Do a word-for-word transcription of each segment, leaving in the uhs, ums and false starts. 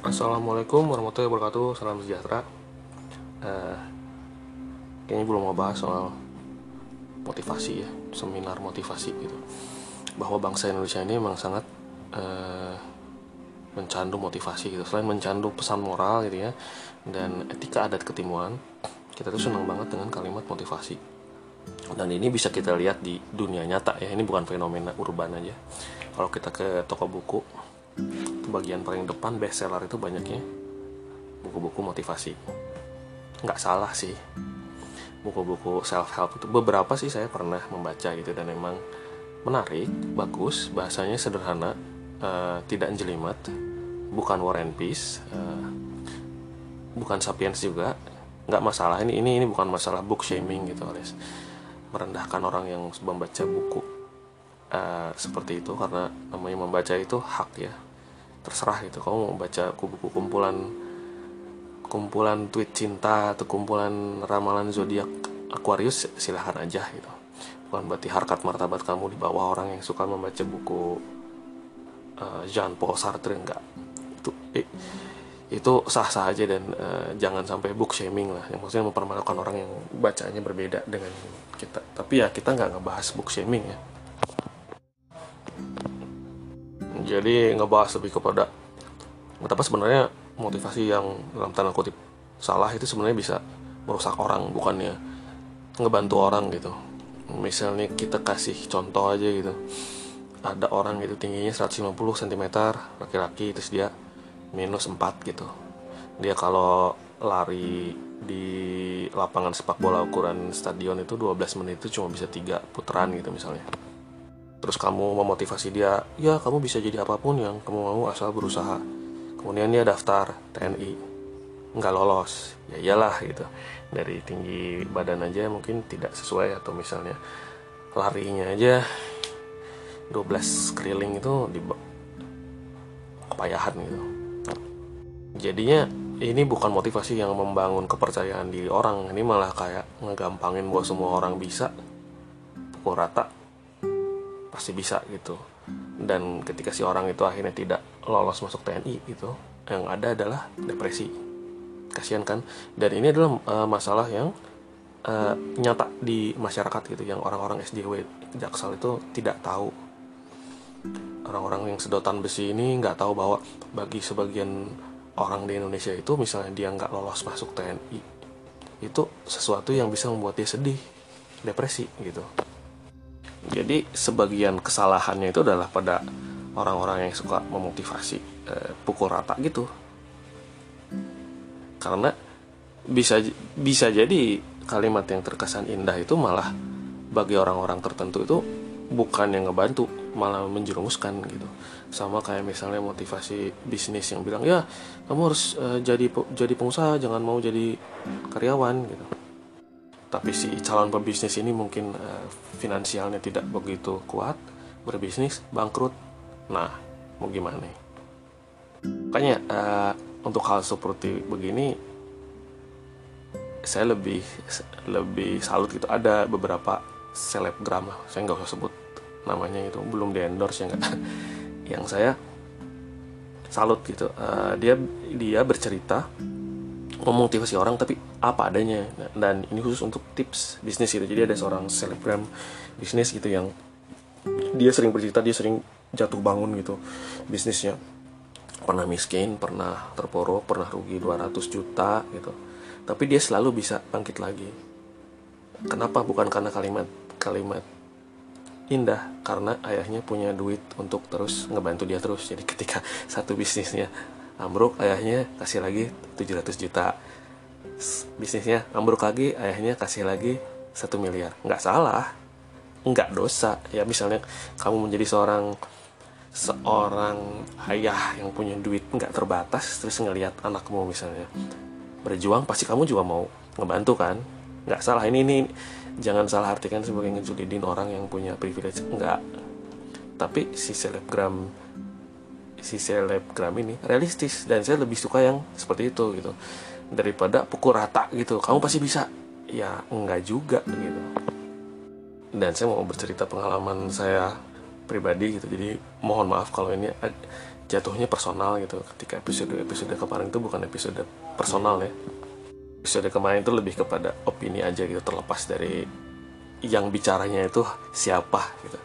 Assalamualaikum warahmatullahi wabarakatuh. Salam sejahtera. Eh, Kayaknya belum mau bahas soal motivasi ya, seminar motivasi gitu. Bahwa bangsa Indonesia ini memang sangat eh, mencandu motivasi gitu. Selain mencandu pesan moral gitu ya, dan etika adat ketimuan, kita tuh senang banget dengan kalimat motivasi. Dan ini bisa kita lihat di dunia nyata ya. Ini bukan fenomena urban aja. Kalau kita ke toko buku, itu bagian paling depan bestseller itu banyaknya buku-buku motivasi. Nggak salah sih, buku-buku self help itu beberapa sih saya pernah membaca gitu, dan memang menarik, bagus, bahasanya sederhana, uh, tidak jelimet, bukan War and Peace, uh, bukan Sapiens juga, nggak masalah. Ini ini ini bukan masalah book shaming gitu, alias merendahkan orang yang membaca buku uh, seperti itu, karena namanya membaca itu hak ya, terserah gitu. Kamu mau baca buku kumpulan kumpulan tweet cinta atau kumpulan ramalan zodiak Aquarius, silahkan aja gitu. Bukan berarti harkat martabat kamu di bawah orang yang suka membaca buku uh, Jean Paul Sartre, enggak. Itu eh, itu sah-sah aja, dan uh, jangan sampai book shaming lah. Yang maksudnya mempermalukan orang yang bacanya berbeda dengan kita. Tapi ya kita nggak ngebahas book shaming ya. Jadi ngebahas lebih kepada betapa sebenarnya motivasi yang dalam tanda kutip salah itu sebenarnya bisa merusak orang, bukannya ngebantu orang gitu. Misalnya kita kasih contoh aja gitu, ada orang gitu tingginya seratus lima puluh sentimeter, laki-laki, terus dia minus empat gitu. Dia kalau lari di lapangan sepak bola ukuran stadion itu dua belas menit itu cuma bisa tiga putaran gitu misalnya. Terus kamu memotivasi dia, ya kamu bisa jadi apapun yang kamu mau asal berusaha. Kemudian dia daftar T N I, nggak lolos, ya iyalah gitu. Dari tinggi badan aja mungkin tidak sesuai, atau misalnya larinya aja dua belas keliling itu di kepayahan gitu. Jadinya ini bukan motivasi yang membangun kepercayaan diri orang, ini malah kayak ngegampangin bahwa semua orang bisa, pukul rata, pasti bisa gitu. Dan ketika si orang itu akhirnya tidak lolos masuk T N I gitu, yang ada adalah depresi. Kasihan kan? Dan ini adalah uh, masalah yang uh, nyata di masyarakat gitu, yang orang-orang S J W Jaksel itu tidak tahu. Orang-orang yang sedotan besi ini nggak tahu bahwa bagi sebagian orang di Indonesia itu, misalnya dia nggak lolos masuk T N I, itu sesuatu yang bisa membuat dia sedih, depresi gitu. Jadi sebagian kesalahannya itu adalah pada orang-orang yang suka memotivasi eh, pukul rata gitu. Karena bisa bisa jadi kalimat yang terkesan indah itu malah bagi orang-orang tertentu itu bukan yang ngebantu, malah menjerumuskan gitu. Sama kayak misalnya motivasi bisnis yang bilang, ya kamu harus eh, jadi jadi pengusaha, jangan mau jadi karyawan gitu. Tapi si calon pebisnis ini mungkin uh, finansialnya tidak begitu kuat, berbisnis bangkrut. Nah, mau gimana? Makanya uh, untuk hal seperti begini, saya lebih lebih salut gitu. Ada beberapa selebgram, saya nggak usah sebut namanya, itu belum di endorse ya nggak. Yang saya salut gitu, uh, dia dia bercerita memotivasi orang tapi apa adanya, dan ini khusus untuk tips bisnis gitu. Jadi ada seorang selebgram bisnis gitu yang dia sering bercerita, dia sering jatuh bangun gitu bisnisnya, pernah miskin, pernah terpuruk, pernah rugi dua ratus juta gitu, tapi dia selalu bisa bangkit lagi. Kenapa? Bukan karena kalimat kalimat indah, karena ayahnya punya duit untuk terus ngebantu dia terus. Jadi ketika satu bisnisnya ambruk, ayahnya kasih lagi tujuh ratus juta. Bisnisnya ambruk lagi, ayahnya kasih lagi satu miliar. Nggak salah, nggak dosa. Ya misalnya kamu menjadi seorang seorang ayah yang punya duit nggak terbatas, terus ngelihat anakmu misalnya berjuang, pasti kamu juga mau ngebantu kan? Nggak salah. Ini ini jangan salah artikan sebagai ngejulidin orang yang punya privilege, nggak. Tapi si selebgram si selebgram ini realistis, dan saya lebih suka yang seperti itu gitu, daripada pukul rata gitu, kamu pasti bisa. Ya enggak juga gitu. Dan saya mau bercerita pengalaman saya pribadi gitu, jadi mohon maaf kalau ini jatuhnya personal gitu. Ketika episode-episode kemarin itu bukan episode personal ya. Episode kemarin itu lebih kepada opini aja gitu, terlepas dari yang bicaranya itu siapa gitu.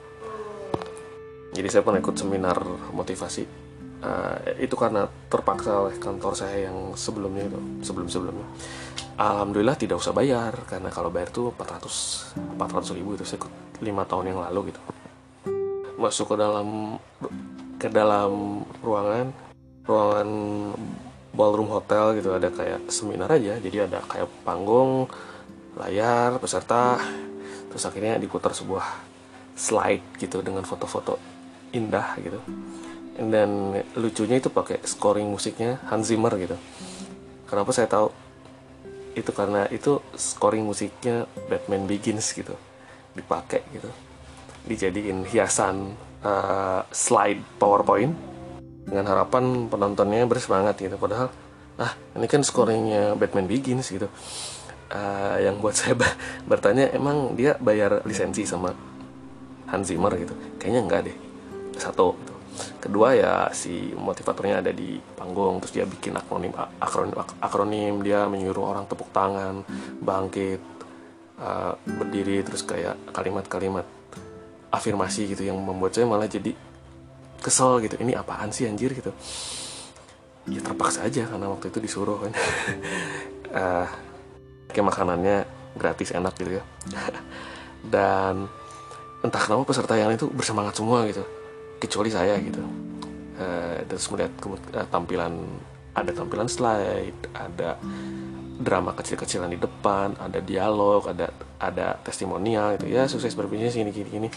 Jadi saya pernah ikut seminar motivasi. Uh, itu karena terpaksa oleh kantor saya yang sebelumnya itu, sebelum-sebelumnya. Alhamdulillah tidak usah bayar, karena kalau bayar tuh empat ratus ribu itu. Saya ikut lima tahun yang lalu gitu. Masuk ke dalam ke dalam ruangan ruangan ballroom hotel gitu, ada kayak seminar aja. Jadi ada kayak panggung, layar, peserta, terus akhirnya diputar sebuah slide gitu dengan foto-foto indah gitu. Dan lucunya itu pakai scoring musiknya Hans Zimmer gitu. Kenapa saya tahu? Itu karena itu scoring musiknya Batman Begins gitu, dipakai gitu, dijadiin hiasan uh, slide PowerPoint dengan harapan penontonnya bersemangat gitu. Padahal ah ini kan scoringnya Batman Begins gitu. Uh, yang buat saya bertanya, emang dia bayar lisensi sama Hans Zimmer gitu? Kayaknya enggak deh. Satu gitu. Kedua ya, si motivatornya ada di panggung, terus dia bikin akronim akronim akronim dia menyuruh orang tepuk tangan, bangkit, uh, berdiri, terus kayak kalimat-kalimat afirmasi gitu yang membuat saya malah jadi kesel gitu. Ini apaan sih anjir gitu. Ya terpaksa aja karena waktu itu disuruh kan. uh, kayak makanannya gratis, enak gitu ya. Dan entah kenapa peserta yang itu bersemangat semua gitu, kecuali saya gitu. Uh, terus melihat uh, tampilan, ada tampilan slide, ada drama kecil-kecilan di depan, ada dialog, ada ada testimonial gitu ya, sukses berbisnis ini gini gini.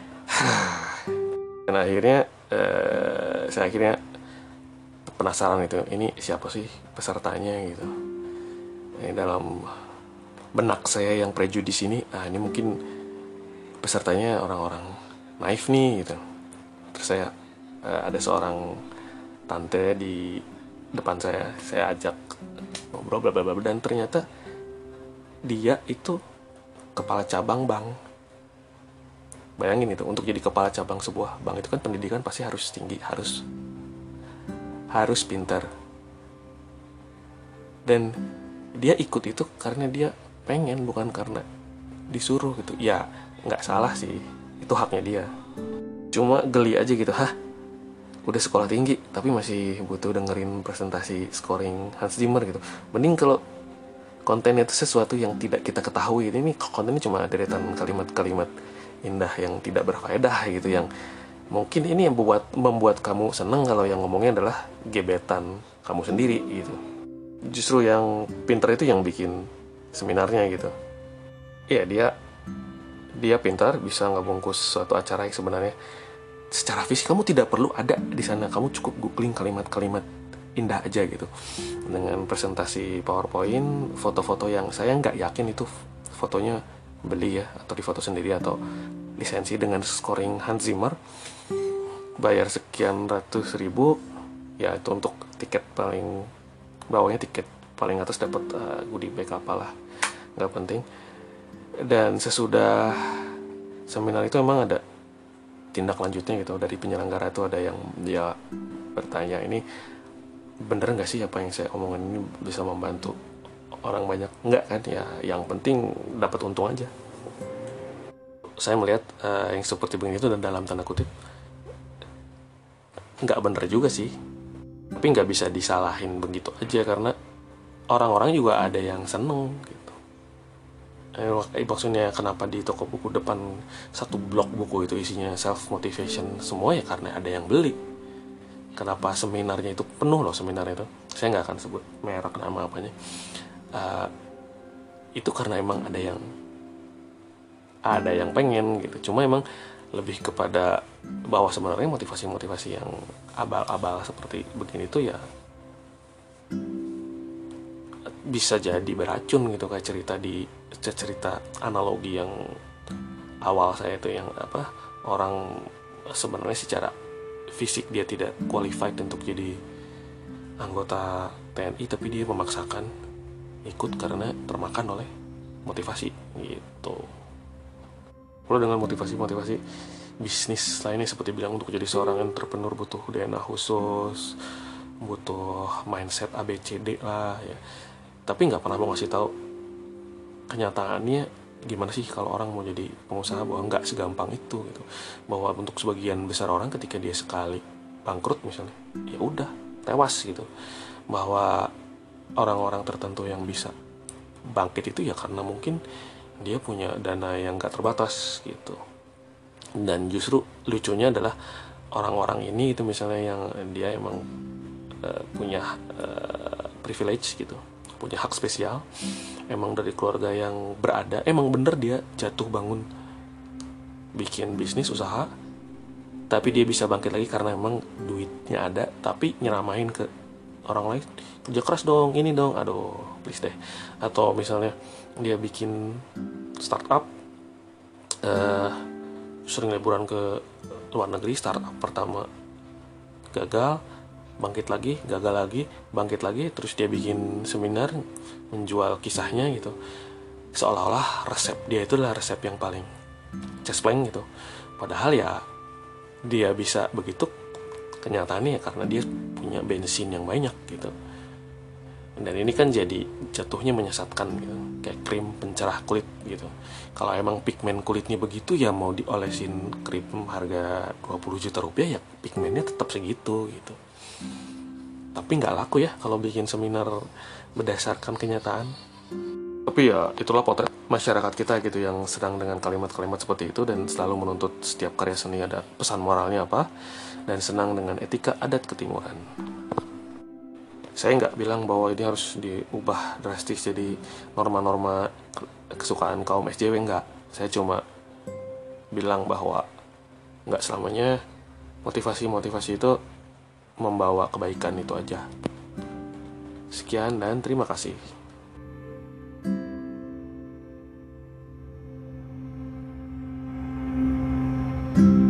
Dan akhirnya uh, saya akhirnya penasaran gitu, ini siapa sih pesertanya gitu. Ini dalam benak saya yang prejudis ini, ah ini mungkin pesertanya orang-orang naif nih gitu. Terus saya uh, ada seorang tante di depan saya, saya ajak ngobrol bla bla bla, dan ternyata dia itu kepala cabang bank. Bayangin itu, untuk jadi kepala cabang sebuah bank itu kan pendidikan pasti harus tinggi, harus harus pintar. Dan dia ikut itu karena dia pengen, bukan karena disuruh gitu. Ya nggak salah sih, itu haknya dia. Cuma geli aja gitu, hah, udah sekolah tinggi tapi masih butuh dengerin presentasi scoring Hans Zimmer gitu. Mending kalau kontennya itu sesuatu yang tidak kita ketahui. Ini kontennya cuma deretan kalimat-kalimat indah yang tidak berfaedah gitu, yang mungkin ini yang membuat membuat kamu seneng kalau yang ngomongnya adalah gebetan kamu sendiri gitu. Justru yang pintar itu yang bikin seminarnya gitu. Iya, dia dia pintar, bisa ngebungkus suatu acara yang sebenarnya secara fisik kamu tidak perlu ada di sana. Kamu cukup googling kalimat-kalimat indah aja gitu, dengan presentasi PowerPoint, foto-foto yang saya nggak yakin itu fotonya beli ya, atau difoto sendiri atau lisensi, dengan scoring Hans Zimmer. Bayar sekian ratus ribu ya, itu untuk tiket paling bawahnya, tiket paling atas dapat uh, goodie bag apalah, nggak penting. Dan sesudah seminar itu emang ada tindak lanjutnya gitu dari penyelenggara. Itu ada yang dia bertanya, ini bener nggak sih apa yang saya omongin ini bisa membantu orang banyak? Nggak kan ya, yang penting dapat untung aja. Saya melihat uh, yang seperti begini itu, dan dalam tanda kutip nggak bener juga sih, tapi nggak bisa disalahin begitu aja, karena orang-orang juga ada yang seneng gitu. Eh, maksudnya kenapa di toko buku depan satu blok buku itu isinya self motivation semua, ya karena ada yang beli. Kenapa seminarnya itu penuh loh, seminar itu, saya nggak akan sebut merek nama apanya, uh, itu karena emang ada yang ada yang pengen gitu. Cuma emang lebih kepada bahwa sebenarnya motivasi-motivasi yang abal-abal seperti begini tuh ya bisa jadi beracun gitu, kayak cerita di cerita analogi yang awal saya itu, yang apa, orang sebenarnya secara fisik dia tidak qualified untuk jadi anggota T N I, tapi dia memaksakan ikut karena termakan oleh motivasi gitu. Kalau dengan motivasi-motivasi bisnis lainnya seperti bilang untuk jadi seorang entrepreneur butuh D N A khusus, butuh mindset A B C D lah ya. Tapi nggak pernah mau ngasih tahu kenyataannya gimana sih kalau orang mau jadi pengusaha, bahwa nggak segampang itu gitu. Bahwa untuk sebagian besar orang ketika dia sekali bangkrut misalnya, ya udah tewas gitu. Bahwa orang-orang tertentu yang bisa bangkit itu ya karena mungkin dia punya dana yang nggak terbatas gitu. Dan justru lucunya adalah orang-orang ini itu misalnya yang dia emang uh, punya uh, privilege gitu, punya hak spesial, emang dari keluarga yang berada, emang bener dia jatuh bangun bikin bisnis usaha, tapi dia bisa bangkit lagi karena emang duitnya ada, tapi nyeramahin ke orang lain, kerja keras dong, ini dong, aduh please deh. Atau misalnya dia bikin startup, uh, sering liburan ke luar negeri, startup pertama gagal, bangkit lagi, gagal lagi, bangkit lagi, terus dia bikin seminar menjual kisahnya gitu, seolah-olah resep dia itu adalah resep yang paling cespleng gitu. Padahal ya dia bisa begitu kenyataannya ya karena dia punya bensin yang banyak gitu. Dan ini kan jadi jatuhnya menyesatkan gitu, kayak krim pencerah kulit gitu. Kalau emang pigmen kulitnya begitu ya mau diolesin krim harga dua puluh juta rupiah ya pigmennya tetap segitu gitu. Tapi nggak laku ya kalau bikin seminar berdasarkan kenyataan. Tapi ya itulah potret masyarakat kita gitu yang sedang dengan kalimat-kalimat seperti itu dan selalu menuntut setiap karya seni ada pesan moralnya apa, dan senang dengan etika adat ketimuran. Saya nggak bilang bahwa ini harus diubah drastis jadi norma-norma kesukaan kaum S J W, nggak. Saya cuma bilang bahwa nggak selamanya motivasi-motivasi itu membawa kebaikan itu aja. Sekian dan terima kasih. Thank you.